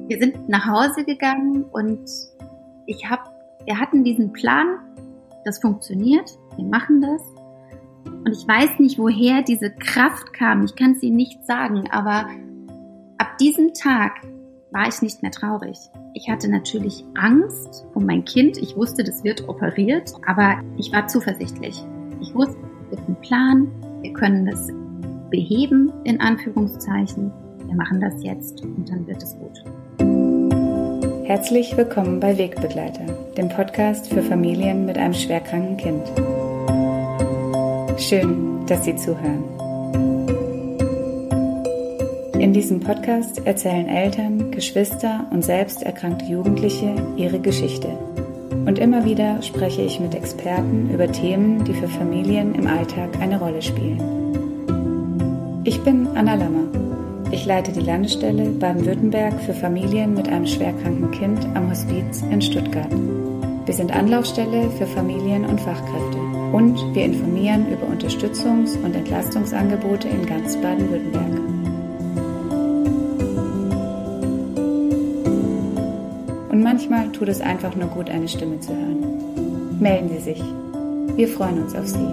Wir sind nach Hause gegangen und wir hatten diesen Plan, das funktioniert, wir machen das. Und ich weiß nicht, woher diese Kraft kam, ich kann es Ihnen nicht sagen, aber ab diesem Tag war ich nicht mehr traurig. Ich hatte natürlich Angst um mein Kind, ich wusste, das wird operiert, aber ich war zuversichtlich. Ich wusste, es gibt einen Plan, wir können das beheben, in Anführungszeichen. Wir machen das jetzt und dann wird es gut. Herzlich willkommen bei Wegbegleiter, dem Podcast für Familien mit einem schwerkranken Kind. Schön, dass Sie zuhören. In diesem Podcast erzählen Eltern, Geschwister und selbst erkrankte Jugendliche ihre Geschichte. Und immer wieder spreche ich mit Experten über Themen, die für Familien im Alltag eine Rolle spielen. Ich bin Anna Lammer. Ich leite die Landesstelle Baden-Württemberg für Familien mit einem schwerkranken Kind am Hospiz in Stuttgart. Wir sind Anlaufstelle für Familien und Fachkräfte und wir informieren über Unterstützungs- und Entlastungsangebote in ganz Baden-Württemberg. Und manchmal tut es einfach nur gut, eine Stimme zu hören. Melden Sie sich. Wir freuen uns auf Sie.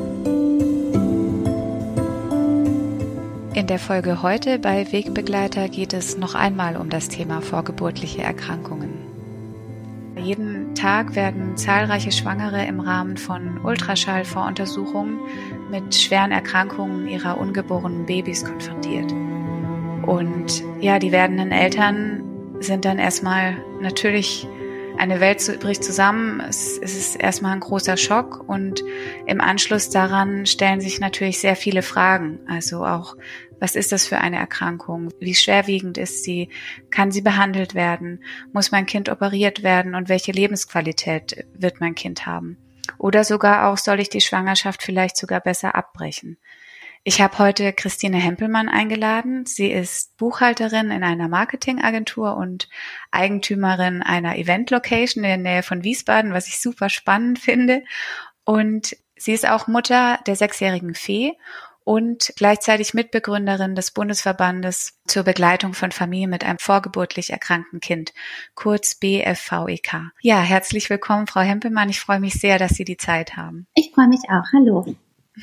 In der Folge heute bei Wegbegleiter geht es noch einmal um das Thema vorgeburtliche Erkrankungen. Jeden Tag werden zahlreiche Schwangere im Rahmen von Ultraschallvoruntersuchungen mit schweren Erkrankungen ihrer ungeborenen Babys konfrontiert. Und ja, die werdenden Eltern sind dann erstmal natürlich, eine Welt bricht zusammen, es ist erstmal ein großer Schock und im Anschluss daran stellen sich natürlich sehr viele Fragen. Also auch, was ist das für eine Erkrankung? Wie schwerwiegend ist sie? Kann sie behandelt werden? Muss mein Kind operiert werden? Und welche Lebensqualität wird mein Kind haben? Oder sogar auch, soll ich die Schwangerschaft vielleicht sogar besser abbrechen? Ich habe heute Christine Hempelmann eingeladen. Sie ist Buchhalterin in einer Marketingagentur und Eigentümerin einer Event-Location in der Nähe von Wiesbaden, was ich super spannend finde. Und sie ist auch Mutter der 6-jährigen Fee und gleichzeitig Mitbegründerin des Bundesverbandes zur Begleitung von Familien mit einem vorgeburtlich erkrankten Kind, kurz BFVEK. Ja, herzlich willkommen, Frau Hempelmann. Ich freue mich sehr, dass Sie die Zeit haben. Ich freue mich auch. Hallo.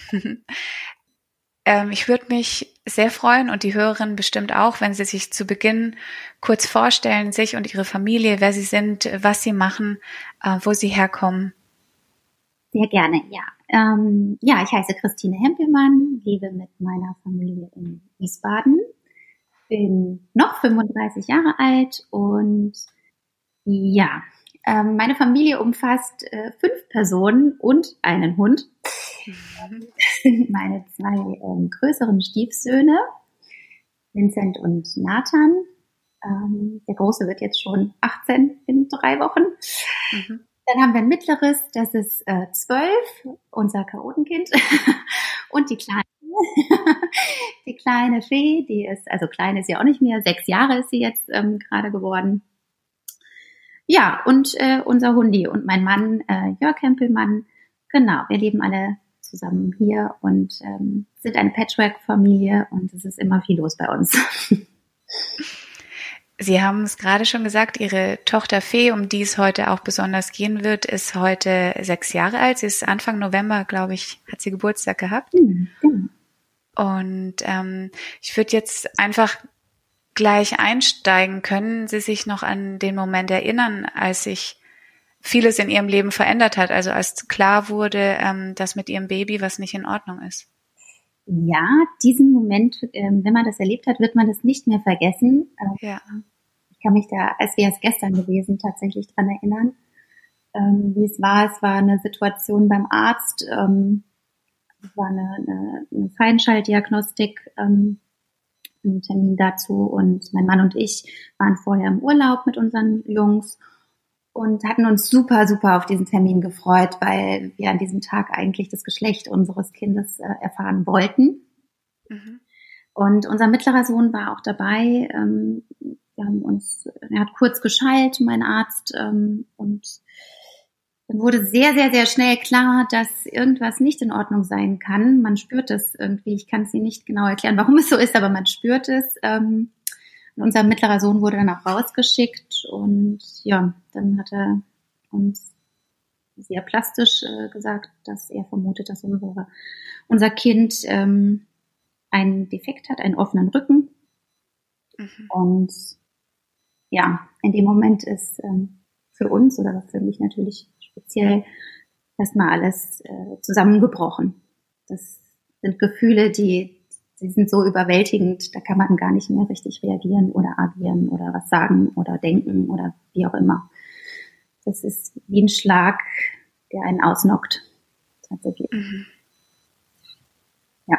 Ich würde mich sehr freuen und die Hörerinnen bestimmt auch, wenn Sie sich zu Beginn kurz vorstellen, sich und Ihre Familie, wer Sie sind, was Sie machen, wo Sie herkommen. Sehr gerne, ja. Ich heiße Christine Hempelmann, lebe mit meiner Familie in Wiesbaden, bin noch 35 Jahre alt und ja, meine Familie umfasst 5 Personen und einen Hund. Das sind meine 2 größeren Stiefsöhne, Vincent und Nathan. Der Große wird jetzt schon 18 in 3 Wochen. Mhm. Dann haben wir ein mittleres, das ist 12, unser Chaotenkind. Und die kleine Fee, die ist, also klein ist sie auch nicht mehr, 6 Jahre ist sie jetzt gerade geworden. Ja, und unser Hundi und mein Mann, Jörg Hempelmann. Genau, wir leben alle zusammen hier und sind eine Patchwork-Familie und es ist immer viel los bei uns. Sie haben es gerade schon gesagt, Ihre Tochter Fee, um die es heute auch besonders gehen wird, ist heute 6 Jahre alt. Sie ist Anfang November, glaube ich, hat sie Geburtstag gehabt. Mhm. Und ich würde jetzt einfach gleich einsteigen. Können Sie sich noch an den Moment erinnern, als sich vieles in Ihrem Leben verändert hat, also als klar wurde, dass mit Ihrem Baby was nicht in Ordnung ist? Ja, diesen Moment, wenn man das erlebt hat, wird man das nicht mehr vergessen. Ja. Ich kann mich da, als wäre es gestern gewesen, tatsächlich dran erinnern, wie es war. Es war eine Situation beim Arzt, es war eine Feinschalldiagnostik, ein Termin dazu und mein Mann und ich waren vorher im Urlaub mit unseren Jungs und hatten uns super, super auf diesen Termin gefreut, weil wir an diesem Tag eigentlich das Geschlecht unseres Kindes erfahren wollten. Mhm. Und unser mittlerer Sohn war auch dabei. Er hat kurz geschallt, mein Arzt, und dann wurde sehr, sehr, sehr schnell klar, dass irgendwas nicht in Ordnung sein kann. Man spürt es irgendwie. Ich kann es Ihnen nicht genau erklären, warum es so ist, aber man spürt es. Unser mittlerer Sohn wurde dann auch rausgeschickt und ja, dann hat er uns sehr plastisch gesagt, dass er vermutet, dass unser Kind einen Defekt hat, einen offenen Rücken. Und ja, in dem Moment ist für uns oder für mich natürlich speziell erstmal alles zusammengebrochen. Das sind Gefühle, die sind so überwältigend, da kann man gar nicht mehr richtig reagieren oder agieren oder was sagen oder denken oder wie auch immer. Das ist wie ein Schlag, der einen ausnockt, tatsächlich. Ja.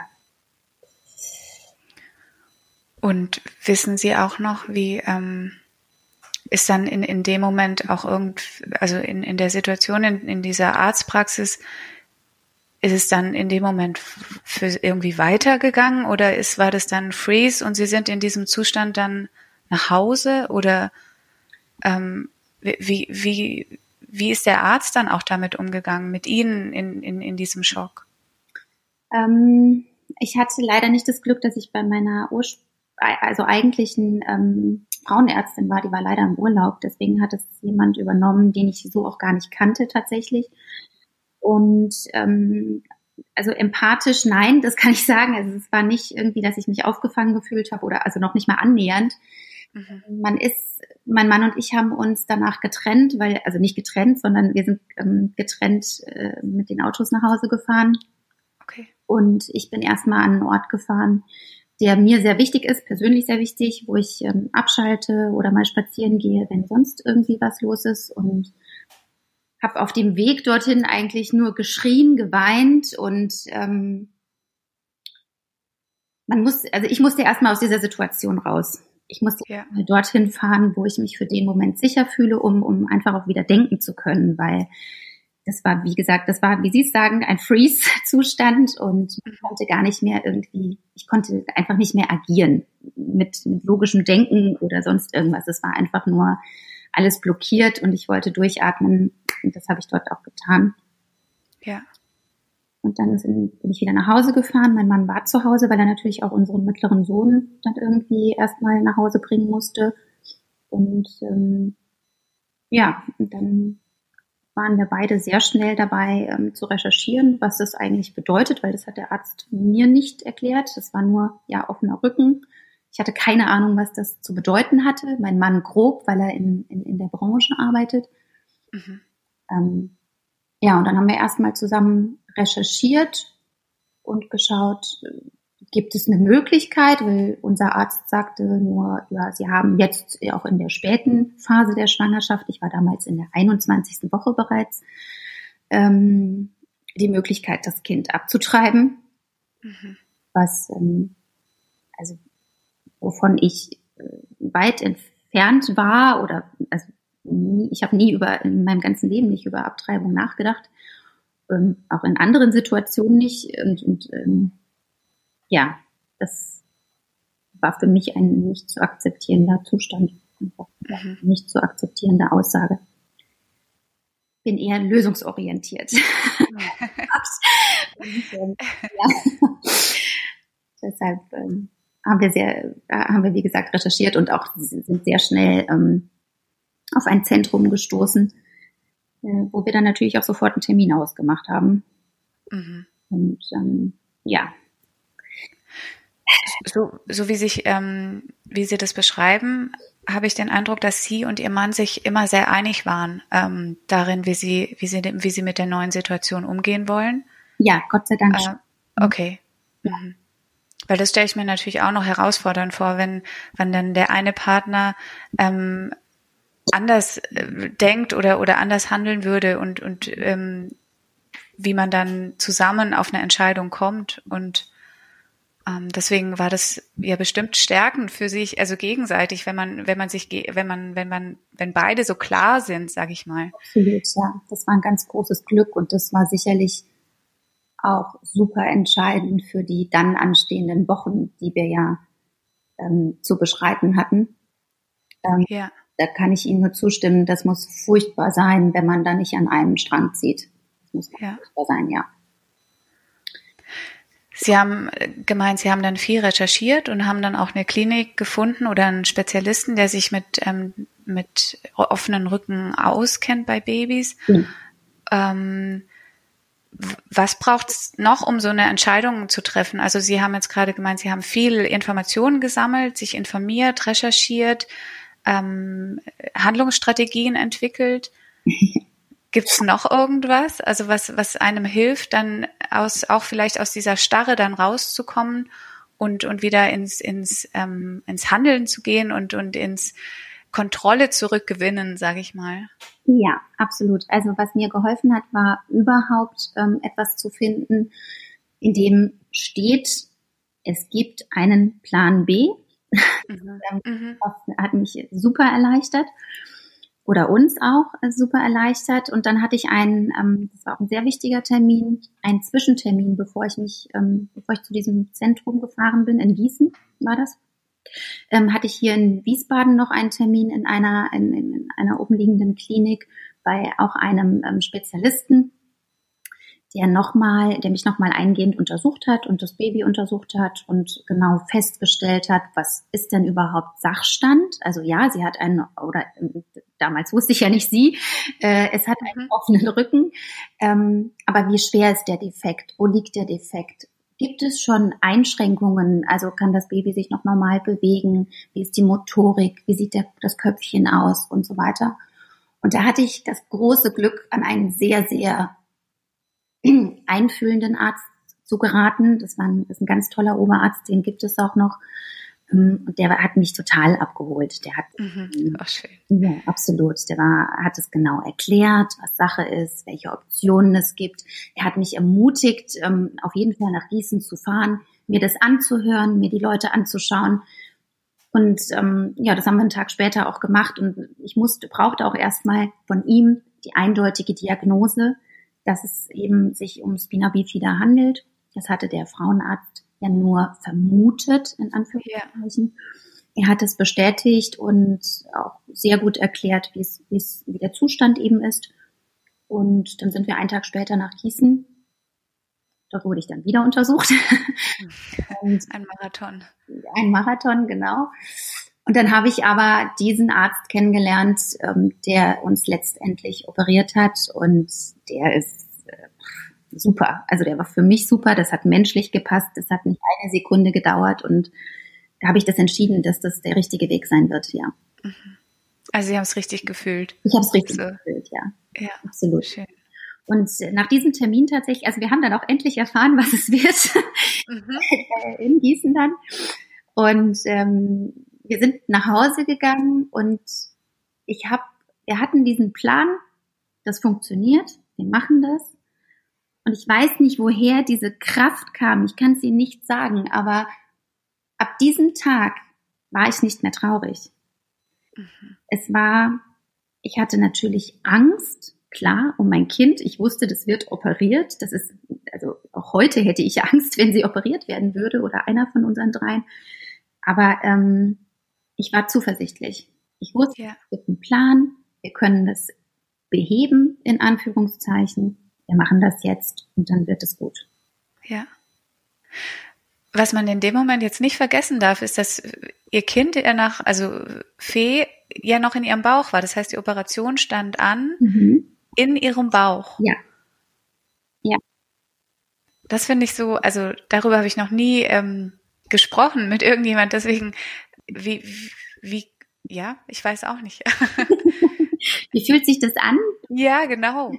Und wissen Sie auch noch, wie ist dann in dem Moment auch also in der Situation, in dieser Arztpraxis, ist es dann in dem Moment für irgendwie weitergegangen oder war das dann Freeze und Sie sind in diesem Zustand dann nach Hause oder wie ist der Arzt dann auch damit umgegangen, mit Ihnen in diesem Schock? Ich hatte leider nicht das Glück, dass ich bei meiner eigentlichen Frauenärztin war, die war leider im Urlaub, deswegen hat es jemand übernommen, den ich so auch gar nicht kannte tatsächlich. Und also empathisch, nein, das kann ich sagen. Also es war nicht irgendwie, dass ich mich aufgefangen gefühlt habe oder also noch nicht mal annähernd. Mein Mann und ich haben uns danach getrennt, also nicht getrennt, sondern wir sind getrennt mit den Autos nach Hause gefahren. Okay. Und ich bin erstmal an einen Ort gefahren, der mir sehr wichtig ist, persönlich sehr wichtig, wo ich abschalte oder mal spazieren gehe, wenn sonst irgendwie was los ist und habe auf dem Weg dorthin eigentlich nur geschrien, geweint und ich musste erstmal aus dieser Situation raus. Ich musste mal dorthin fahren, wo ich mich für den Moment sicher fühle, um einfach auch wieder denken zu können, weil das war, wie gesagt, wie Sie es sagen, ein Freeze-Zustand und ich konnte gar nicht mehr ich konnte einfach nicht mehr agieren mit logischem Denken oder sonst irgendwas. Es war einfach nur alles blockiert und ich wollte durchatmen und das habe ich dort auch getan. Ja. Und dann bin ich wieder nach Hause gefahren. Mein Mann war zu Hause, weil er natürlich auch unseren mittleren Sohn dann irgendwie erstmal nach Hause bringen musste. Und und dann waren wir beide sehr schnell dabei zu recherchieren, was das eigentlich bedeutet, weil das hat der Arzt mir nicht erklärt. Das war nur offener Rücken. Ich hatte keine Ahnung, was das zu bedeuten hatte. Mein Mann grob, weil er in der Branche arbeitet. Und dann haben wir erstmal zusammen recherchiert und geschaut, gibt es eine Möglichkeit, weil unser Arzt sagte nur, Sie haben jetzt auch in der späten Phase der Schwangerschaft, ich war damals in der 21. Woche bereits, die Möglichkeit, das Kind abzutreiben, was wovon ich weit entfernt war oder ich habe in meinem ganzen Leben nicht über Abtreibung nachgedacht, auch in anderen Situationen nicht das war für mich ein nicht zu akzeptierender Zustand, nicht zu akzeptierende Aussage. Bin eher lösungsorientiert. Deshalb haben wir, wie gesagt, recherchiert und auch sind sehr schnell auf ein Zentrum gestoßen, wo wir dann natürlich auch sofort einen Termin ausgemacht haben. Und So wie Sie das beschreiben, habe ich den Eindruck, dass Sie und Ihr Mann sich immer sehr einig waren darin, wie Sie mit der neuen Situation umgehen wollen. Ja, Gott sei Dank. Okay. Weil das stelle ich mir natürlich auch noch herausfordernd vor, wenn dann der eine Partner anders denkt oder anders handeln würde und wie man dann zusammen auf eine Entscheidung kommt und deswegen war das ja bestimmt stärkend für sich, also gegenseitig, wenn beide so klar sind, sage ich mal. Absolut, ja. Das war ein ganz großes Glück und das war sicherlich auch super entscheidend für die dann anstehenden Wochen, die wir ja zu beschreiten hatten. Da kann ich Ihnen nur zustimmen, das muss furchtbar sein, wenn man da nicht an einem Strang zieht. Das muss furchtbar sein, ja. Sie haben gemeint, Sie haben dann viel recherchiert und haben dann auch eine Klinik gefunden oder einen Spezialisten, der sich mit offenen Rücken auskennt bei Babys. Was braucht es noch, um so eine Entscheidung zu treffen? Also Sie haben jetzt gerade gemeint, Sie haben viel Informationen gesammelt, sich informiert, recherchiert, Handlungsstrategien entwickelt. Gibt es noch irgendwas, also was einem hilft, dann auch vielleicht aus dieser Starre dann rauszukommen und wieder ins Handeln zu gehen und ins Kontrolle zurückgewinnen, sage ich mal? Ja, absolut. Also was mir geholfen hat, war überhaupt etwas zu finden, in dem steht, es gibt einen Plan B. Das hat mich super erleichtert. Oder uns auch super erleichtert. Und dann hatte ich das war auch ein sehr wichtiger Termin, einen Zwischentermin, bevor ich zu diesem Zentrum gefahren bin, in Gießen war das. Hatte ich hier in Wiesbaden noch einen Termin in einer obenliegenden Klinik bei auch einem Spezialisten, der mich nochmal eingehend untersucht hat und das Baby untersucht hat und genau festgestellt hat, was ist denn überhaupt Sachstand? Also ja, sie hat damals wusste ich ja nicht sie, es hat einen offenen Rücken, aber wie schwer ist der Defekt? Wo liegt der Defekt? Gibt es schon Einschränkungen? Also kann das Baby sich noch normal bewegen? Wie ist die Motorik? Wie sieht das Köpfchen aus? Und so weiter. Und da hatte ich das große Glück, an einen sehr, sehr einfühlenden Arzt zu geraten. Das ist ein ganz toller Oberarzt, den gibt es auch noch. Und der hat mich total abgeholt. Der hat, Ach, schön. Ja, absolut. Hat es genau erklärt, was Sache ist, welche Optionen es gibt. Er hat mich ermutigt, auf jeden Fall nach Gießen zu fahren, mir das anzuhören, mir die Leute anzuschauen. Und das haben wir einen Tag später auch gemacht. Und ich brauchte auch erstmal von ihm die eindeutige Diagnose, dass es eben sich um Spina bifida handelt. Das hatte der Frauenarzt ja nur vermutet, in Anführungszeichen. Ja. Er hat es bestätigt und auch sehr gut erklärt, wie der Zustand eben ist. Und dann sind wir einen Tag später nach Gießen. Dort wurde ich dann wieder untersucht. Ein Marathon. Ein Marathon, genau. Und dann habe ich aber diesen Arzt kennengelernt, der uns letztendlich operiert hat. Und der ist super. Also der war für mich super. Das hat menschlich gepasst. Das hat nicht eine Sekunde gedauert. Und da habe ich das entschieden, dass das der richtige Weg sein wird, ja. Also Sie haben es richtig gefühlt. Ich habe es richtig gefühlt, ja. Ja, absolut. Schön. Und nach diesem Termin tatsächlich, also wir haben dann auch endlich erfahren, was es wird in Gießen dann. Und wir sind nach Hause gegangen und wir hatten diesen Plan, das funktioniert, wir machen das. Und ich weiß nicht, woher diese Kraft kam, ich kann es Ihnen nicht sagen, aber ab diesem Tag war ich nicht mehr traurig. Ich hatte natürlich Angst, klar, um mein Kind. Ich wusste, das wird operiert. Also auch heute hätte ich Angst, wenn sie operiert werden würde oder einer von unseren dreien. Aber ich war zuversichtlich. Ich wusste, es gibt einen Plan. Wir können das beheben, in Anführungszeichen. Wir machen das jetzt und dann wird es gut. Ja. Was man in dem Moment jetzt nicht vergessen darf, ist, dass Ihr Kind Fee ja noch in ihrem Bauch war. Das heißt, die Operation stand an in ihrem Bauch. Ja. Ja. Das finde ich so, also darüber habe ich noch nie gesprochen mit irgendjemand. Deswegen, ich weiß auch nicht. Wie fühlt sich das an? Ja, genau.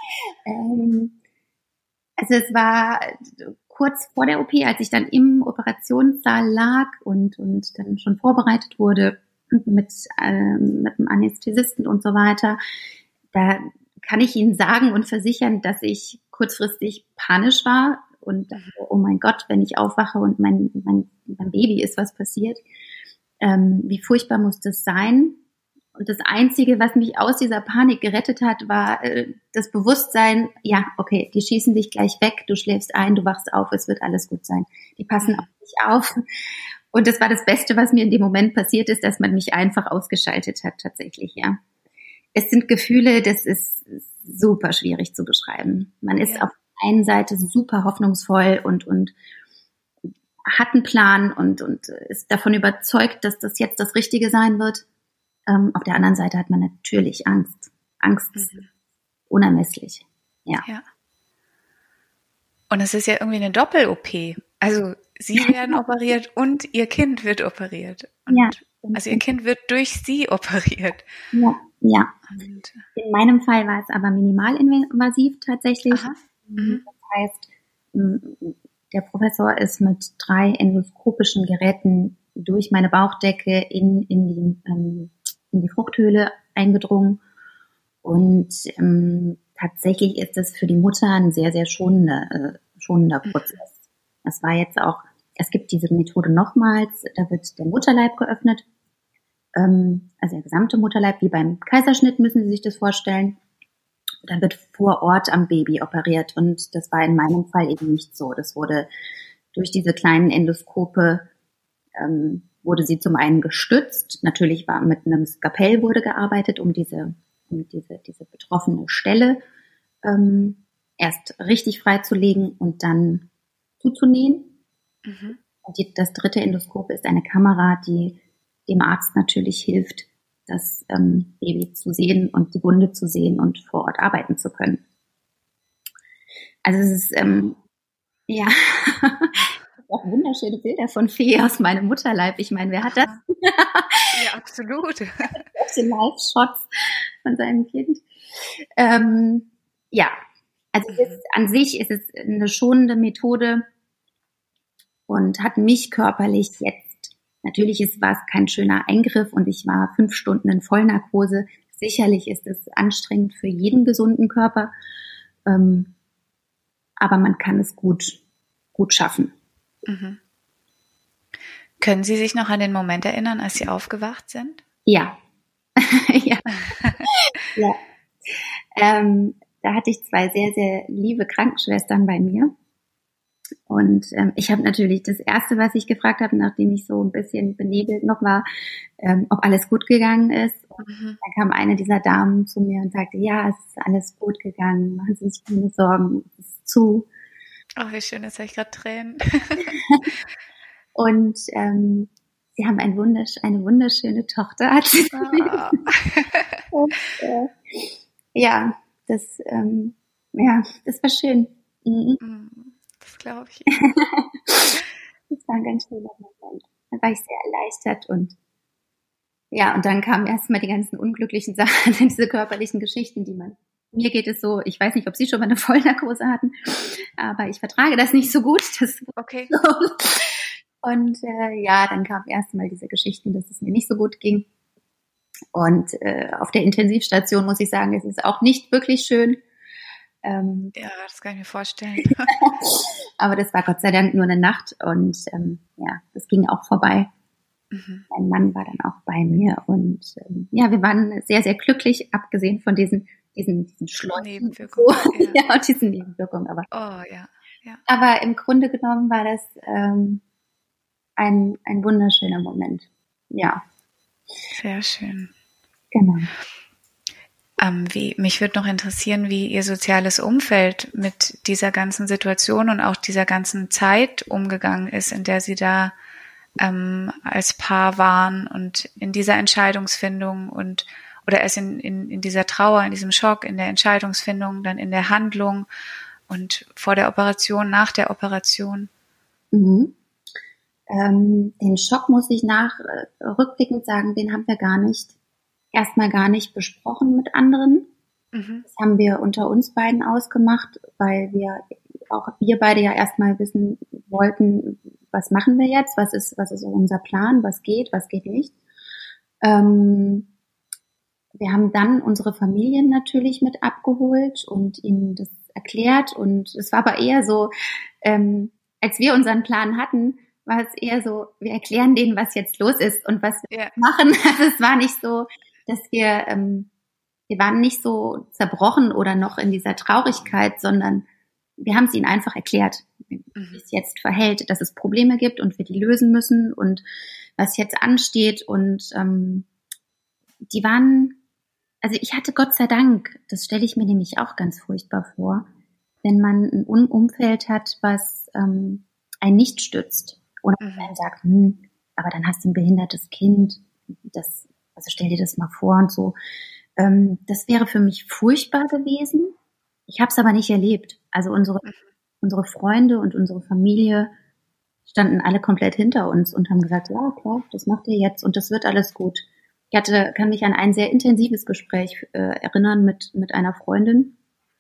Also es war kurz vor der OP, als ich dann im Operationssaal lag und dann schon vorbereitet wurde mit dem Anästhesisten und so weiter. Da kann ich Ihnen sagen und versichern, dass ich kurzfristig panisch war und dachte, oh mein Gott, wenn ich aufwache und mein Baby ist was passiert. Wie furchtbar muss das sein? Und das Einzige, was mich aus dieser Panik gerettet hat, war das Bewusstsein, ja, okay, die schießen dich gleich weg, du schläfst ein, du wachst auf, es wird alles gut sein. Die passen auf dich auf. Und das war das Beste, was mir in dem Moment passiert ist, dass man mich einfach ausgeschaltet hat, tatsächlich, ja. Es sind Gefühle, das ist super schwierig zu beschreiben. Man ist auf der einen Seite super hoffnungsvoll und hat einen Plan und ist davon überzeugt, dass das jetzt das Richtige sein wird. Auf der anderen Seite hat man natürlich Angst. Angst ist unermesslich. Ja. Und es ist ja irgendwie eine Doppel-OP. Also Sie werden operiert und Ihr Kind wird operiert. Und also Ihr Kind wird durch Sie operiert. Ja. Und in meinem Fall war es aber minimalinvasiv tatsächlich. Das heißt, der Professor ist mit 3 endoskopischen Geräten durch meine Bauchdecke in die Fruchthöhle eingedrungen. Und tatsächlich ist es für die Mutter ein sehr, sehr schonender Prozess. Das war jetzt auch, es gibt diese Methode nochmals, da wird der Mutterleib geöffnet. Also der gesamte Mutterleib, wie beim Kaiserschnitt müssen Sie sich das vorstellen. Da wird vor Ort am Baby operiert und das war in meinem Fall eben nicht so. Das wurde durch diese kleinen Endoskope, wurde sie zum einen gestützt. Natürlich war mit einem Skalpell wurde gearbeitet, um diese betroffene Stelle erst richtig freizulegen und dann zuzunähen. Und das 3. Endoskop ist eine Kamera, die dem Arzt natürlich hilft, das Baby zu sehen und die Wunde zu sehen und vor Ort arbeiten zu können. Also es ist, auch wunderschöne Bilder von Fee aus meinem Mutterleib. Ich meine, wer hat das? Ja, absolut. Auf den Live-Shots von seinem Kind. Also an sich ist es eine schonende Methode und hat mich körperlich jetzt, natürlich war es kein schöner Eingriff und ich war 5 Stunden in Vollnarkose. Sicherlich ist es anstrengend für jeden gesunden Körper, aber man kann es gut schaffen. Können Sie sich noch an den Moment erinnern, als Sie aufgewacht sind? Ja. Da hatte ich 2 sehr, sehr liebe Krankenschwestern bei mir. Und ich habe natürlich das Erste, was ich gefragt habe, nachdem ich so ein bisschen benebelt noch war, ob alles gut gegangen ist. Und dann kam eine dieser Damen zu mir und sagte, ja, es ist alles gut gegangen, machen Sie sich keine Sorgen, es ist zu. Oh, wie schön, jetzt habe ich gerade Tränen. Und sie haben eine wunderschöne Tochter. Und, das war schön. Das glaube ich. Das war ein ganz schöner Moment. Da war ich sehr erleichtert und dann kamen erstmal die ganzen unglücklichen Sachen, diese körperlichen Geschichten, mir geht es so, ich weiß nicht, ob Sie schon mal eine Vollnarkose hatten, aber ich vertrage das nicht so gut. Okay. Und dann kamen erstmal diese Geschichten, dass es mir nicht so gut ging. Und auf der Intensivstation muss ich sagen, es ist auch nicht wirklich schön. Ja, das kann ich mir vorstellen. Aber das war Gott sei Dank nur eine Nacht und das ging auch vorbei. Mein Mann war dann auch bei mir und wir waren sehr, sehr glücklich, abgesehen von diesen Schläuchen. Nebenwirkungen. Und diesen Nebenwirkungen. Ja. Aber im Grunde genommen war das ein wunderschöner Moment. Ja. Sehr schön. Genau. Mich würde noch interessieren, wie Ihr soziales Umfeld mit dieser ganzen Situation und auch dieser ganzen Zeit umgegangen ist, in der Sie da als Paar waren und in dieser Entscheidungsfindung oder erst in dieser Trauer, in diesem Schock, in der Entscheidungsfindung, dann in der Handlung und vor der Operation, nach der Operation. Den Schock muss ich rückblickend sagen, den haben wir erstmal gar nicht besprochen mit anderen. Das haben wir unter uns beiden ausgemacht, weil wir beide ja erstmal wissen wollten, was machen wir jetzt, was ist unser Plan, was geht nicht. Wir haben dann unsere Familien natürlich mit abgeholt und ihnen das erklärt und es war aber eher so, als wir unseren Plan hatten, war es eher so, wir erklären denen, was jetzt los ist und was wir machen. Also es war nicht so, dass wir waren nicht so zerbrochen oder noch in dieser Traurigkeit, sondern wir haben es ihnen einfach erklärt, wie es jetzt verhält, dass es Probleme gibt und wir die lösen müssen und was jetzt ansteht. Und die waren, also ich hatte Gott sei Dank, das stelle ich mir nämlich auch ganz furchtbar vor, wenn man ein Umfeld hat, was einen nicht stützt Und man sagt, aber dann hast du ein behindertes Kind, also stell dir das mal vor und so. Das wäre für mich furchtbar gewesen. Ich habe es aber nicht erlebt. Also unsere Freunde und unsere Familie standen alle komplett hinter uns und haben gesagt, ja klar, das macht ihr jetzt und das wird alles gut. Kann mich an ein sehr intensives Gespräch erinnern mit einer Freundin.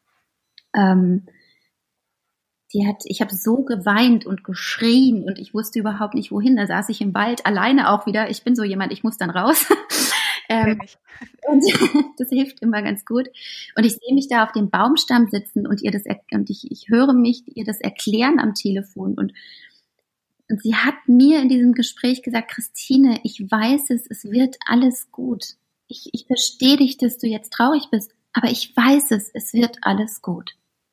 Ich habe so geweint und geschrien und ich wusste überhaupt nicht wohin. Da saß ich im Wald alleine auch wieder. Ich bin so jemand, ich muss dann raus. Und das hilft immer ganz gut. Und ich sehe mich da auf dem Baumstamm sitzen und ich höre mich ihr das erklären am Telefon und sie hat mir in diesem Gespräch gesagt, Christine, ich weiß es wird alles gut. Ich verstehe dich, dass du jetzt traurig bist, aber ich weiß es wird alles gut.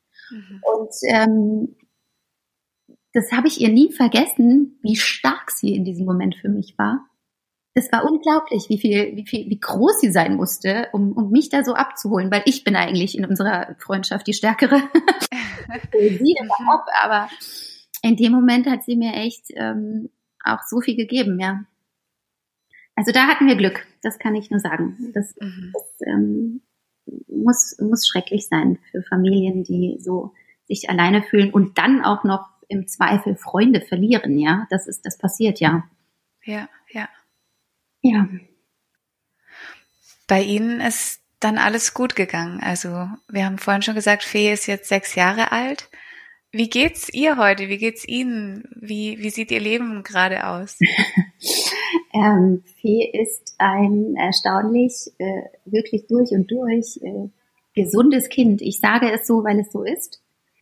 Und das habe ich ihr nie vergessen, wie stark sie in diesem Moment für mich war. Das war unglaublich, wie groß sie sein musste, um mich da so abzuholen, weil ich bin eigentlich in unserer Freundschaft die Stärkere. Sie überhaupt, aber in dem Moment hat sie mir echt auch so viel gegeben, ja. Also da hatten wir Glück, das kann ich nur sagen. Das muss schrecklich sein für Familien, die so sich alleine fühlen und dann auch noch im Zweifel Freunde verlieren, ja. Das passiert, ja. Ja. Ja. Bei Ihnen ist dann alles gut gegangen. Also wir haben vorhin schon gesagt, Fee ist jetzt 6 Jahre alt. Wie geht's ihr heute? Wie geht's Ihnen? Wie sieht Ihr Leben gerade aus? Fee ist ein erstaunlich, wirklich durch und durch gesundes Kind. Ich sage es so, weil es so ist.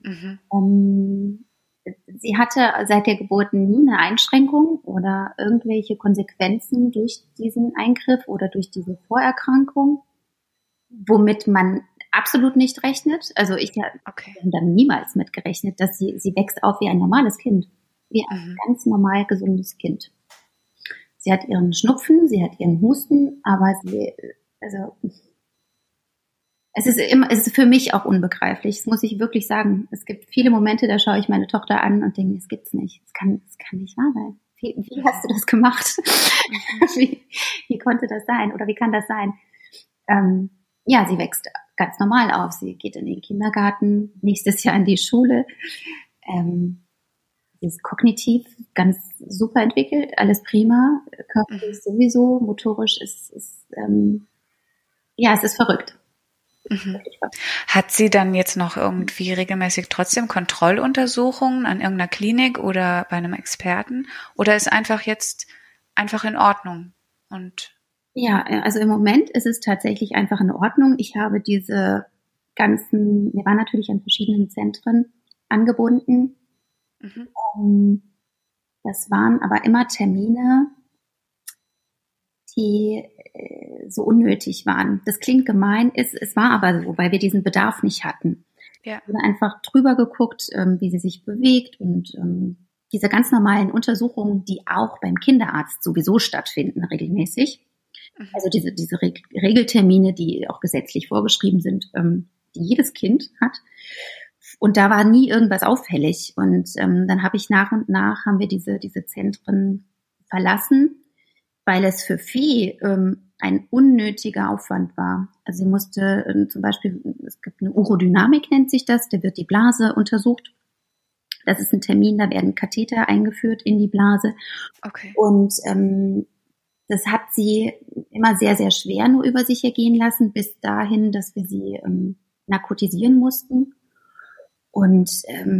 Sie hatte seit der Geburt nie eine Einschränkung oder irgendwelche Konsequenzen durch diesen Eingriff oder durch diese Vorerkrankung, womit man absolut nicht rechnet. Also ich habe dann niemals mit gerechnet, dass sie wächst auf wie ein normales Kind, wie ein ganz normal gesundes Kind. Sie hat ihren Schnupfen, sie hat ihren Husten, aber es ist für mich auch unbegreiflich. Das muss ich wirklich sagen. Es gibt viele Momente, da schaue ich meine Tochter an und denke, das gibt's nicht. Das kann nicht wahr sein. Wie hast du das gemacht? Wie konnte das sein? Oder wie kann das sein? Ja, sie wächst ganz normal auf. Sie geht in den Kindergarten, nächstes Jahr in die Schule. Sie ist kognitiv ganz super entwickelt, alles prima. Körperlich sowieso, motorisch es ist verrückt. Hat sie dann jetzt noch irgendwie regelmäßig trotzdem Kontrolluntersuchungen an irgendeiner Klinik oder bei einem Experten? Oder ist jetzt einfach in Ordnung? Ja, also im Moment ist es tatsächlich einfach in Ordnung. Ich habe wir waren natürlich an verschiedenen Zentren angebunden. Das waren aber immer Termine, die so unnötig waren. Das klingt gemein, es war aber so, weil wir diesen Bedarf nicht hatten. Ja. Wir haben einfach drüber geguckt, wie sie sich bewegt und diese ganz normalen Untersuchungen, die auch beim Kinderarzt sowieso stattfinden regelmäßig. Also diese Regeltermine, die auch gesetzlich vorgeschrieben sind, die jedes Kind hat. Und da war nie irgendwas auffällig. Und dann habe ich nach und nach haben wir diese Zentren verlassen, weil es für Fee ein unnötiger Aufwand war. Also sie musste zum Beispiel, es gibt eine Urodynamik, nennt sich das, da wird die Blase untersucht. Das ist ein Termin, da werden Katheter eingeführt in die Blase. Okay. Und das hat sie immer sehr, sehr schwer nur über sich ergehen lassen, bis dahin, dass wir sie narkotisieren mussten. Und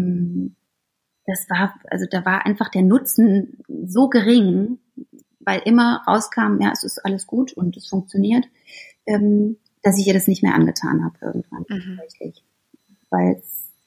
da war einfach der Nutzen so gering, weil immer rauskam, ja, es ist alles gut und es funktioniert, dass ich ihr das nicht mehr angetan habe irgendwann tatsächlich. Weil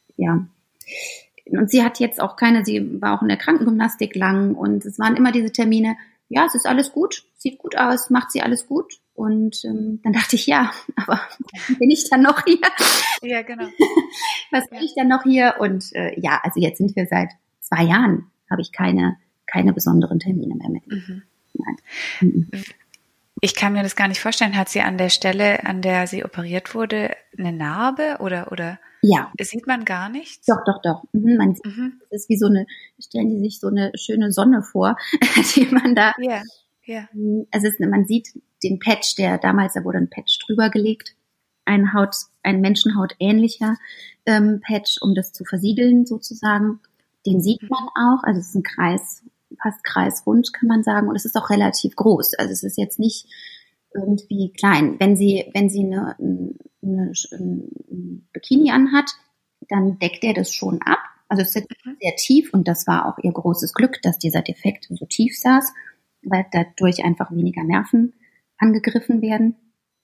und sie hat jetzt auch sie war auch in der Krankengymnastik lang und es waren immer diese Termine, ja, es ist alles gut, sieht gut aus, macht sie alles gut. Und dann dachte ich, ja, aber bin ich dann noch hier? Ja, genau. Was bin ich dann noch hier? Und also jetzt sind wir seit 2 Jahren, habe ich keine besonderen Termine mehr mit. Nein. Ich kann mir das gar nicht vorstellen. Hat sie an der Stelle, an der sie operiert wurde, eine Narbe oder Ja. Sieht man gar nichts? Doch. Man sieht, es ist wie so eine, stellen Sie sich so eine schöne Sonne vor, die man da, also man sieht den Patch, da wurde ein Patch drüber gelegt, ein Menschenhaut ähnlicher Patch, um das zu versiegeln sozusagen. Den sieht man auch, also es ist ein Kreis, fast kreisrund, kann man sagen, und es ist auch relativ groß. Also es ist jetzt nicht irgendwie klein. Wenn sie ein Bikini anhat, dann deckt er das schon ab. Also es ist sehr tief und das war auch ihr großes Glück, dass dieser Defekt so tief saß, weil dadurch einfach weniger Nerven angegriffen werden.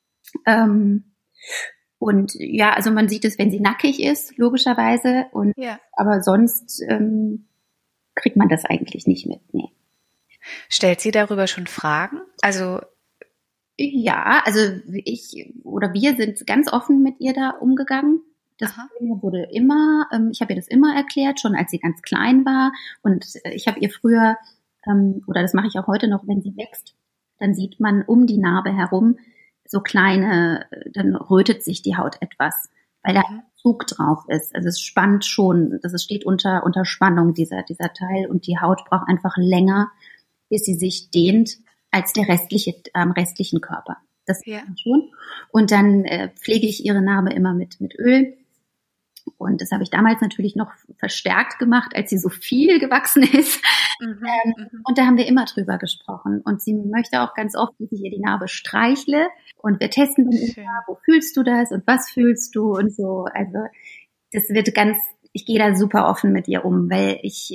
Und ja, also man sieht es, wenn sie nackig ist, logischerweise. Aber sonst kriegt man das eigentlich nicht mit. Nee. Stellt sie darüber schon Fragen? Also ja, also wir sind ganz offen mit ihr da umgegangen. Das wurde immer, ich habe ihr das immer erklärt, schon als sie ganz klein war. Und ich habe ihr früher, oder das mache ich auch heute noch, wenn sie wächst, dann sieht man um die Narbe herum so kleine, dann rötet sich die Haut etwas, weil da ein Zug drauf ist. Also es spannt schon, es steht unter Spannung, dieser Teil. Und die Haut braucht einfach länger, bis sie sich dehnt, als der restlichen Körper. Das schon. Und dann pflege ich ihre Narbe immer mit Öl. Und das habe ich damals natürlich noch verstärkt gemacht, als sie so viel gewachsen ist. Und da haben wir immer drüber gesprochen. Und sie möchte auch ganz oft, dass ich ihr die Narbe streichle. Und wir testen dann immer, wo fühlst du das und was fühlst du und so. Also das wird ich gehe da super offen mit ihr um, weil ich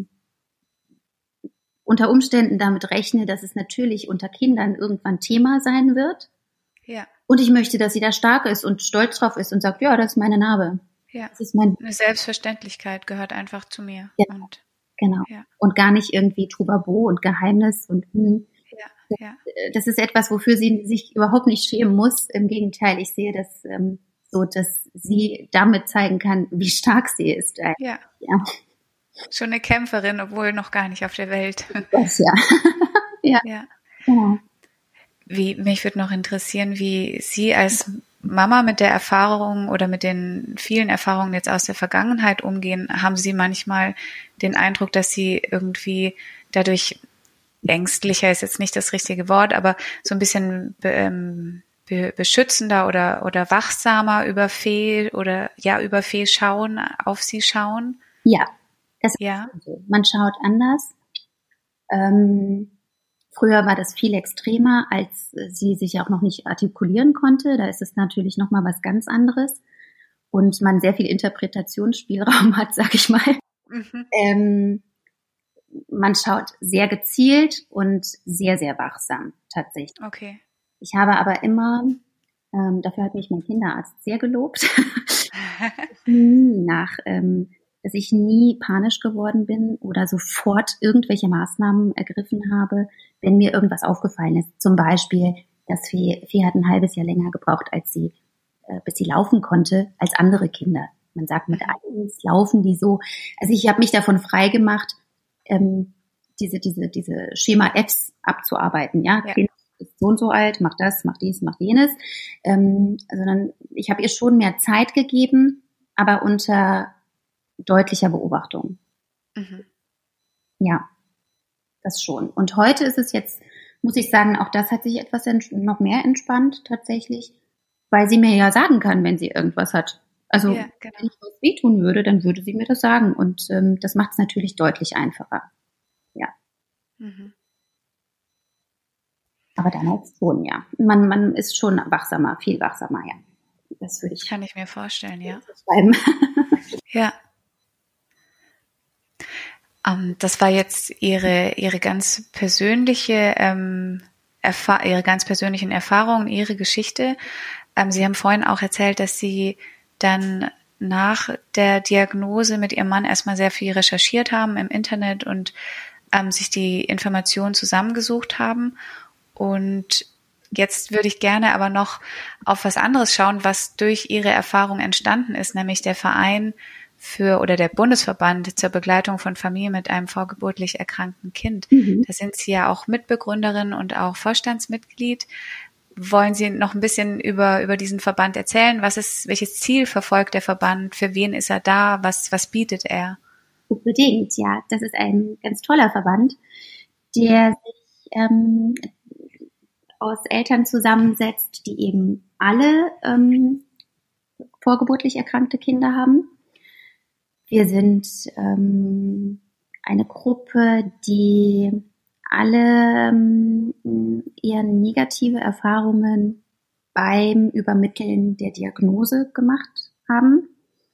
unter Umständen damit rechne, dass es natürlich unter Kindern irgendwann Thema sein wird. Ja. Und ich möchte, dass sie da stark ist und stolz drauf ist und sagt, ja, das ist meine Narbe. Ja. Das ist eine Selbstverständlichkeit gehört einfach zu mir. Ja, genau. Ja. Und gar nicht irgendwie Trubabo und Geheimnis und das ist etwas, wofür sie sich überhaupt nicht schämen muss. Im Gegenteil, ich sehe das so, dass sie damit zeigen kann, wie stark sie ist. Ja. Schon eine Kämpferin, obwohl noch gar nicht auf der Welt. Das, ja. Genau. Mich würde noch interessieren, wie Sie als Mama mit der Erfahrung oder mit den vielen Erfahrungen jetzt aus der Vergangenheit umgehen. Haben Sie manchmal den Eindruck, dass Sie irgendwie dadurch ängstlicher ist jetzt nicht das richtige Wort, aber so ein bisschen beschützender oder wachsamer über Fee schauen, auf sie schauen? Ja, das ist so. Man schaut anders. Früher war das viel extremer, als sie sich auch noch nicht artikulieren konnte. Da ist es natürlich nochmal was ganz anderes. Und man sehr viel Interpretationsspielraum hat, sag ich mal. Man schaut sehr gezielt und sehr, sehr wachsam, tatsächlich. Okay. Ich habe aber immer, dafür hat mich mein Kinderarzt sehr gelobt, dass ich nie panisch geworden bin oder sofort irgendwelche Maßnahmen ergriffen habe, wenn mir irgendwas aufgefallen ist. Zum Beispiel, dass Fee hat ein halbes Jahr länger gebraucht, bis sie laufen konnte, als andere Kinder. Man sagt, mit 1 laufen die so. Also ich habe mich davon frei gemacht, diese Schema Fs abzuarbeiten. Ja. Kind ist so und so alt, macht das, macht dies, macht jenes. Sondern ich habe ihr schon mehr Zeit gegeben, aber unter deutlicher Beobachtung. Ja, das schon. Und heute ist es jetzt, muss ich sagen, auch das hat sich etwas noch mehr entspannt tatsächlich, weil sie mir ja sagen kann, wenn sie irgendwas hat. Also wenn ich was wehtun würde, dann würde sie mir das sagen. Und das macht es natürlich deutlich einfacher. Ja. Aber damals schon, ja. Man ist schon wachsamer, viel wachsamer, ja. Das würde ich. Kann ich mir vorstellen, ja. Schreiben. Ja. Das war jetzt Ihre ganz persönliche, Ihre ganz persönlichen Erfahrungen, Ihre Geschichte. Sie haben vorhin auch erzählt, dass Sie dann nach der Diagnose mit Ihrem Mann erstmal sehr viel recherchiert haben im Internet und sich die Informationen zusammengesucht haben. Und jetzt würde ich gerne aber noch auf was anderes schauen, was durch Ihre Erfahrung entstanden ist, nämlich der Verein oder der Bundesverband zur Begleitung von Familien mit einem vorgeburtlich erkrankten Kind. Da sind Sie ja auch Mitbegründerin und auch Vorstandsmitglied. Wollen Sie noch ein bisschen über diesen Verband erzählen? Welches Ziel verfolgt der Verband? Für wen ist er da? Was bietet er? Unbedingt, ja. Das ist ein ganz toller Verband, der sich aus Eltern zusammensetzt, die eben alle vorgeburtlich erkrankte Kinder haben. Wir sind eine Gruppe, die alle eher negative Erfahrungen beim Übermitteln der Diagnose gemacht haben.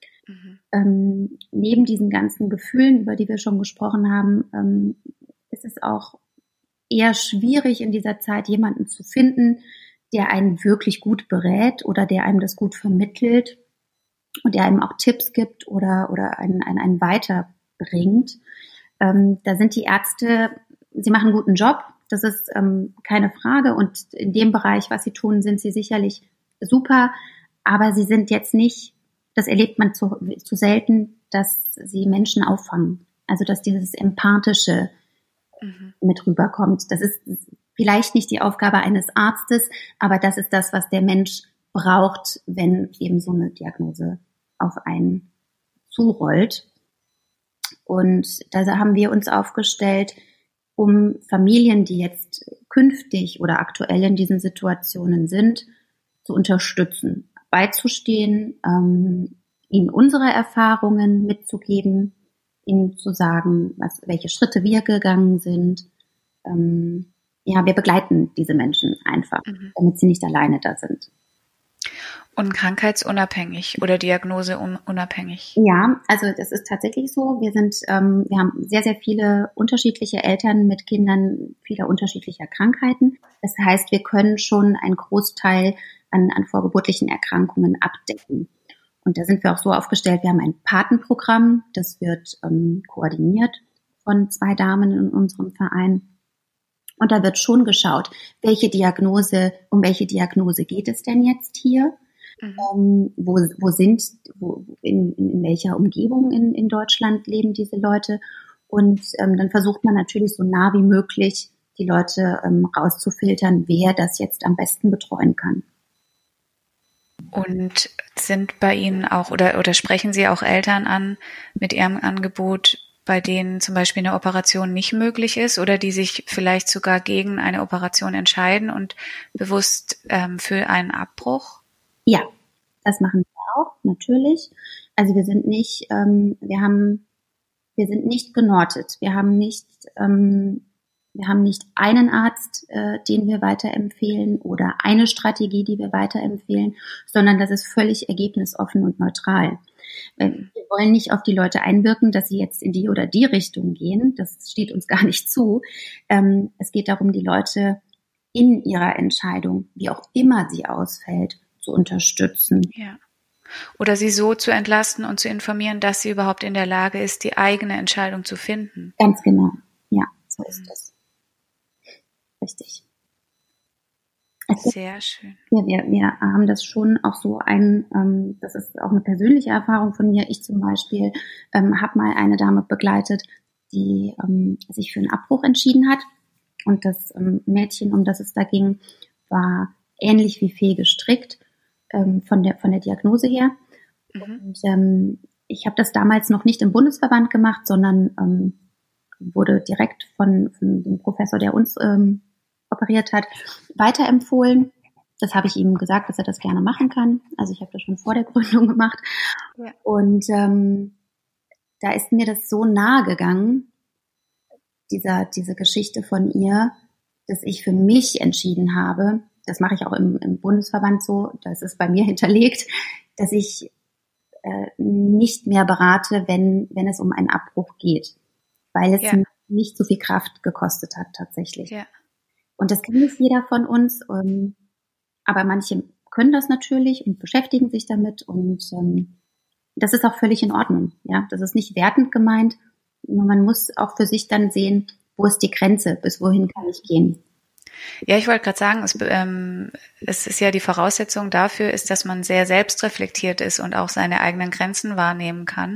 Neben diesen ganzen Gefühlen, über die wir schon gesprochen haben, ist es auch eher schwierig in dieser Zeit, jemanden zu finden, der einen wirklich gut berät oder der einem das gut vermittelt und der einem auch Tipps gibt oder einen weiterbringt. Da sind die Ärzte, sie machen einen guten Job, das ist keine Frage, und in dem Bereich, was sie tun, sind sie sicherlich super, aber sie sind jetzt nicht, das erlebt man zu selten, dass sie Menschen auffangen. Also dass dieses Empathische mit rüberkommt. Das ist vielleicht nicht die Aufgabe eines Arztes, aber das ist das, was der Mensch braucht, wenn eben so eine Diagnose auf einen zurollt. Und da haben wir uns aufgestellt, um Familien, die jetzt künftig oder aktuell in diesen Situationen sind, zu unterstützen, beizustehen, ihnen unsere Erfahrungen mitzugeben, ihnen zu sagen, welche Schritte wir gegangen sind. Wir begleiten diese Menschen einfach, damit sie nicht alleine da sind. Und krankheitsunabhängig oder diagnoseunabhängig? Ja, also das ist tatsächlich so. Wir haben sehr, sehr viele unterschiedliche Eltern mit Kindern vieler unterschiedlicher Krankheiten. Das heißt, wir können schon einen Großteil an vorgeburtlichen Erkrankungen abdecken. Und da sind wir auch so aufgestellt, wir haben ein Patenprogramm, das wird koordiniert von 2 Damen in unserem Verein. Und da wird schon geschaut, um welche Diagnose geht es denn jetzt hier? In welcher Umgebung in Deutschland leben diese Leute? Und dann versucht man natürlich so nah wie möglich, die Leute rauszufiltern, wer das jetzt am besten betreuen kann. Und sind bei Ihnen auch oder sprechen Sie auch Eltern an mit Ihrem Angebot, bei denen zum Beispiel eine Operation nicht möglich ist oder die sich vielleicht sogar gegen eine Operation entscheiden und bewusst für einen Abbruch? Ja, das machen wir auch, natürlich. Also wir sind nicht, wir sind nicht genortet. Wir haben nicht einen Arzt, den wir weiterempfehlen oder eine Strategie, die wir weiterempfehlen, sondern das ist völlig ergebnisoffen und neutral. Wir wollen nicht auf die Leute einwirken, dass sie jetzt in die oder die Richtung gehen. Das steht uns gar nicht zu. Es geht darum, die Leute in ihrer Entscheidung, wie auch immer sie ausfällt, zu unterstützen. Ja. Oder sie so zu entlasten und zu informieren, dass sie überhaupt in der Lage ist, die eigene Entscheidung zu finden. Ganz genau. Ja, so ist es. Richtig. Sehr schön. Ja, wir haben das schon auch so das ist auch eine persönliche Erfahrung von mir. Ich zum Beispiel habe mal eine Dame begleitet, die sich für einen Abbruch entschieden hat. Und das Mädchen, um das es da ging, war ähnlich wie Fee gestrickt, von der Diagnose her. Und ich habe das damals noch nicht im Bundesverband gemacht, sondern wurde direkt von dem Professor, der uns operiert hat, weiterempfohlen. Das habe ich ihm gesagt, dass er das gerne machen kann. Also ich habe das schon vor der Gründung gemacht. Ja. Und da ist mir das so nahe gegangen, diese Geschichte von ihr, dass ich für mich entschieden habe, das mache ich auch im Bundesverband so, das ist bei mir hinterlegt, dass ich nicht mehr berate, wenn es um einen Abbruch geht, weil es nicht so viel Kraft gekostet hat tatsächlich. Ja. Und das kann nicht jeder von uns, aber manche können das natürlich und beschäftigen sich damit und das ist auch völlig in Ordnung. Ja, das ist nicht wertend gemeint, nur man muss auch für sich dann sehen, wo ist die Grenze, bis wohin kann ich gehen. Ja, ich wollte gerade sagen, es ist ja die Voraussetzung dafür ist, dass man sehr selbstreflektiert ist und auch seine eigenen Grenzen wahrnehmen kann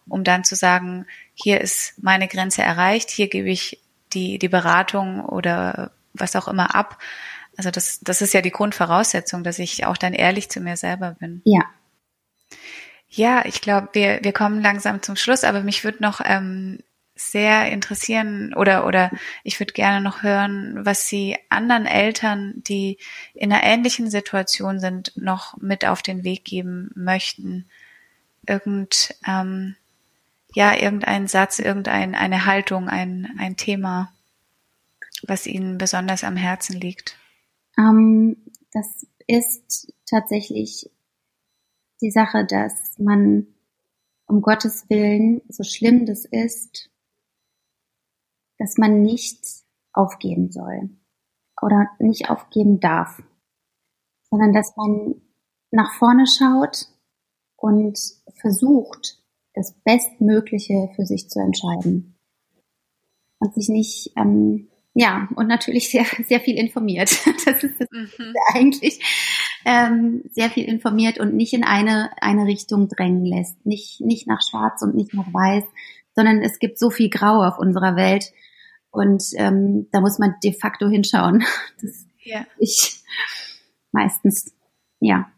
um dann zu sagen, hier ist meine Grenze erreicht, hier gebe ich die Beratung oder was auch immer ab. Also das ist ja die Grundvoraussetzung, dass ich auch dann ehrlich zu mir selber bin. Ja. Ja, ich glaube, wir kommen langsam zum Schluss, aber mich würde noch sehr interessieren oder ich würde gerne noch hören, was Sie anderen Eltern, die in einer ähnlichen Situation sind, noch mit auf den Weg geben möchten. Irgendein Satz, irgendeine Haltung, ein Thema, was Ihnen besonders am Herzen liegt. Das ist tatsächlich die Sache, dass man um Gottes Willen, so schlimm das ist, dass man nicht aufgeben soll oder nicht aufgeben darf, sondern dass man nach vorne schaut und versucht, das Bestmögliche für sich zu entscheiden und sich nicht, und natürlich sehr, sehr viel informiert. Das ist eigentlich sehr viel informiert und nicht in eine Richtung drängen lässt, nicht nach Schwarz und nicht nach Weiß, sondern es gibt so viel Grau auf unserer Welt. Und da muss man de facto hinschauen. Das ich meistens, ja.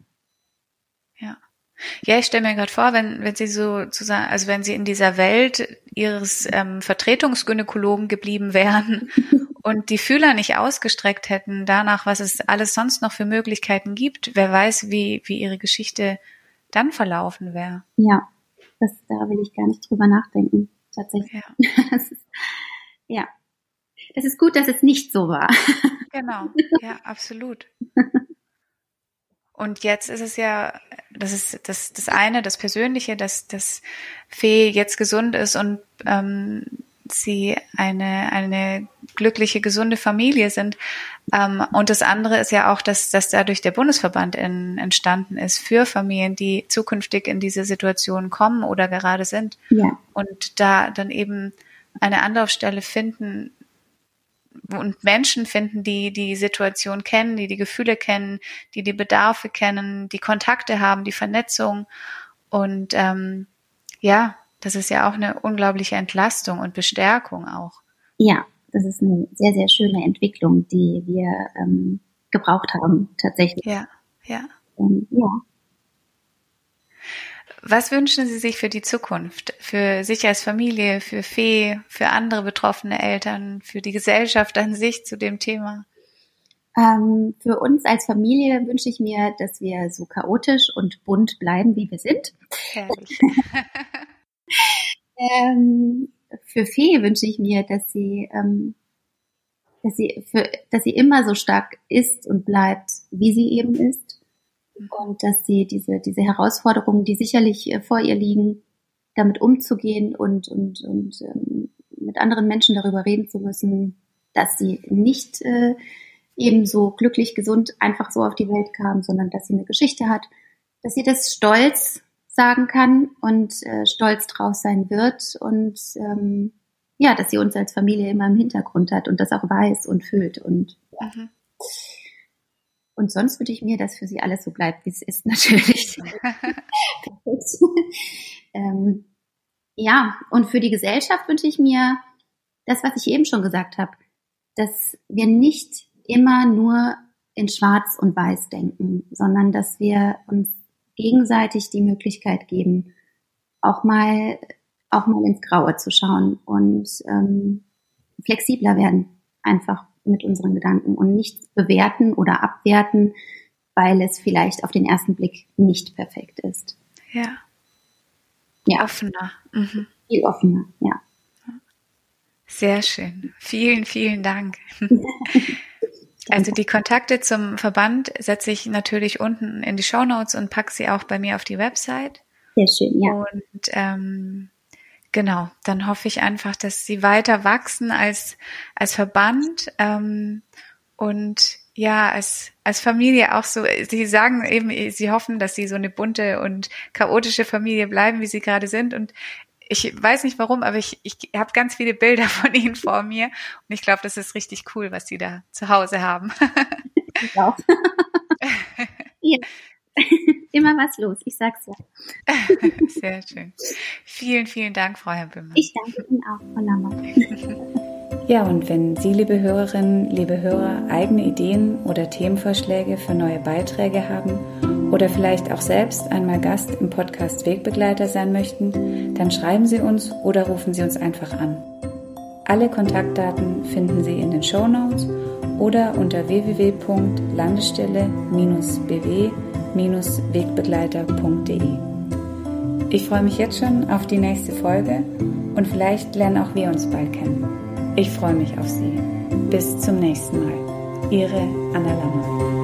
Ja, ich stelle mir gerade vor, wenn Sie sozusagen, also wenn Sie in dieser Welt Ihres Vertretungsgynäkologen geblieben wären und die Fühler nicht ausgestreckt hätten danach, was es alles sonst noch für Möglichkeiten gibt, wer weiß, wie Ihre Geschichte dann verlaufen wäre. Ja, da will ich gar nicht drüber nachdenken, tatsächlich. Ja. Es ist gut, dass es nicht so war. Genau, ja, absolut. Und jetzt ist es ja, das ist das eine, das Persönliche, dass Fee jetzt gesund ist und sie eine glückliche, gesunde Familie sind. Und das andere ist ja auch, dass dadurch der Bundesverband entstanden ist für Familien, die zukünftig in diese Situation kommen oder gerade sind. Ja. Und da dann eben eine Anlaufstelle finden und Menschen finden, die die Situation kennen, die Gefühle kennen, die Bedarfe kennen, die Kontakte haben, die Vernetzung. Und das ist ja auch eine unglaubliche Entlastung und Bestärkung auch. Ja, das ist eine sehr, sehr schöne Entwicklung, die wir gebraucht haben, tatsächlich. Ja. Ja. Was wünschen Sie sich für die Zukunft? Für sich als Familie, für Fee, für andere betroffene Eltern, für die Gesellschaft an sich zu dem Thema? Für uns als Familie wünsche ich mir, dass wir so chaotisch und bunt bleiben, wie wir sind. Herrlich. Für Fee wünsche ich mir, dass sie immer so stark ist und bleibt, wie sie eben ist. Und dass sie diese Herausforderungen, die sicherlich vor ihr liegen, damit umzugehen und mit anderen Menschen darüber reden zu müssen, dass sie nicht eben so glücklich, gesund einfach so auf die Welt kam, sondern dass sie eine Geschichte hat, dass sie das stolz sagen kann und stolz drauf sein wird und dass sie uns als Familie immer im Hintergrund hat und das auch weiß und fühlt und Und sonst wünsche ich mir, dass für sie alles so bleibt, wie es ist, natürlich. Und für die Gesellschaft wünsche ich mir das, was ich eben schon gesagt habe, dass wir nicht immer nur in Schwarz und Weiß denken, sondern dass wir uns gegenseitig die Möglichkeit geben, auch mal ins Graue zu schauen und flexibler werden, einfach mit unseren Gedanken und nichts bewerten oder abwerten, weil es vielleicht auf den ersten Blick nicht perfekt ist. Ja. Offener. Viel offener, ja. Sehr schön. Vielen, vielen Dank. Also die Kontakte zum Verband setze ich natürlich unten in die Shownotes und packe sie auch bei mir auf die Website. Sehr schön, ja. Und genau, dann hoffe ich einfach, dass sie weiter wachsen als Verband und ja, als Familie auch so. Sie sagen eben, sie hoffen, dass sie so eine bunte und chaotische Familie bleiben, wie sie gerade sind. Und ich weiß nicht warum, aber ich habe ganz viele Bilder von ihnen vor mir und ich glaube, das ist richtig cool, was sie da zu Hause haben. Ich auch. Ja. immer was los, ich sag's ja. Sehr schön. Vielen, vielen Dank, Frau Hempelmann. Ich danke Ihnen auch, Frau Lammer. Ja, und wenn Sie, liebe Hörerinnen, liebe Hörer, eigene Ideen oder Themenvorschläge für neue Beiträge haben oder vielleicht auch selbst einmal Gast im Podcast Wegbegleiter sein möchten, dann schreiben Sie uns oder rufen Sie uns einfach an. Alle Kontaktdaten finden Sie in den Shownotes oder unter www.landesstelle-bw-wegbegleiter.de. Ich freue mich jetzt schon auf die nächste Folge und vielleicht lernen auch wir uns bald kennen. Ich freue mich auf Sie. Bis zum nächsten Mal. Ihre Anna Lammer.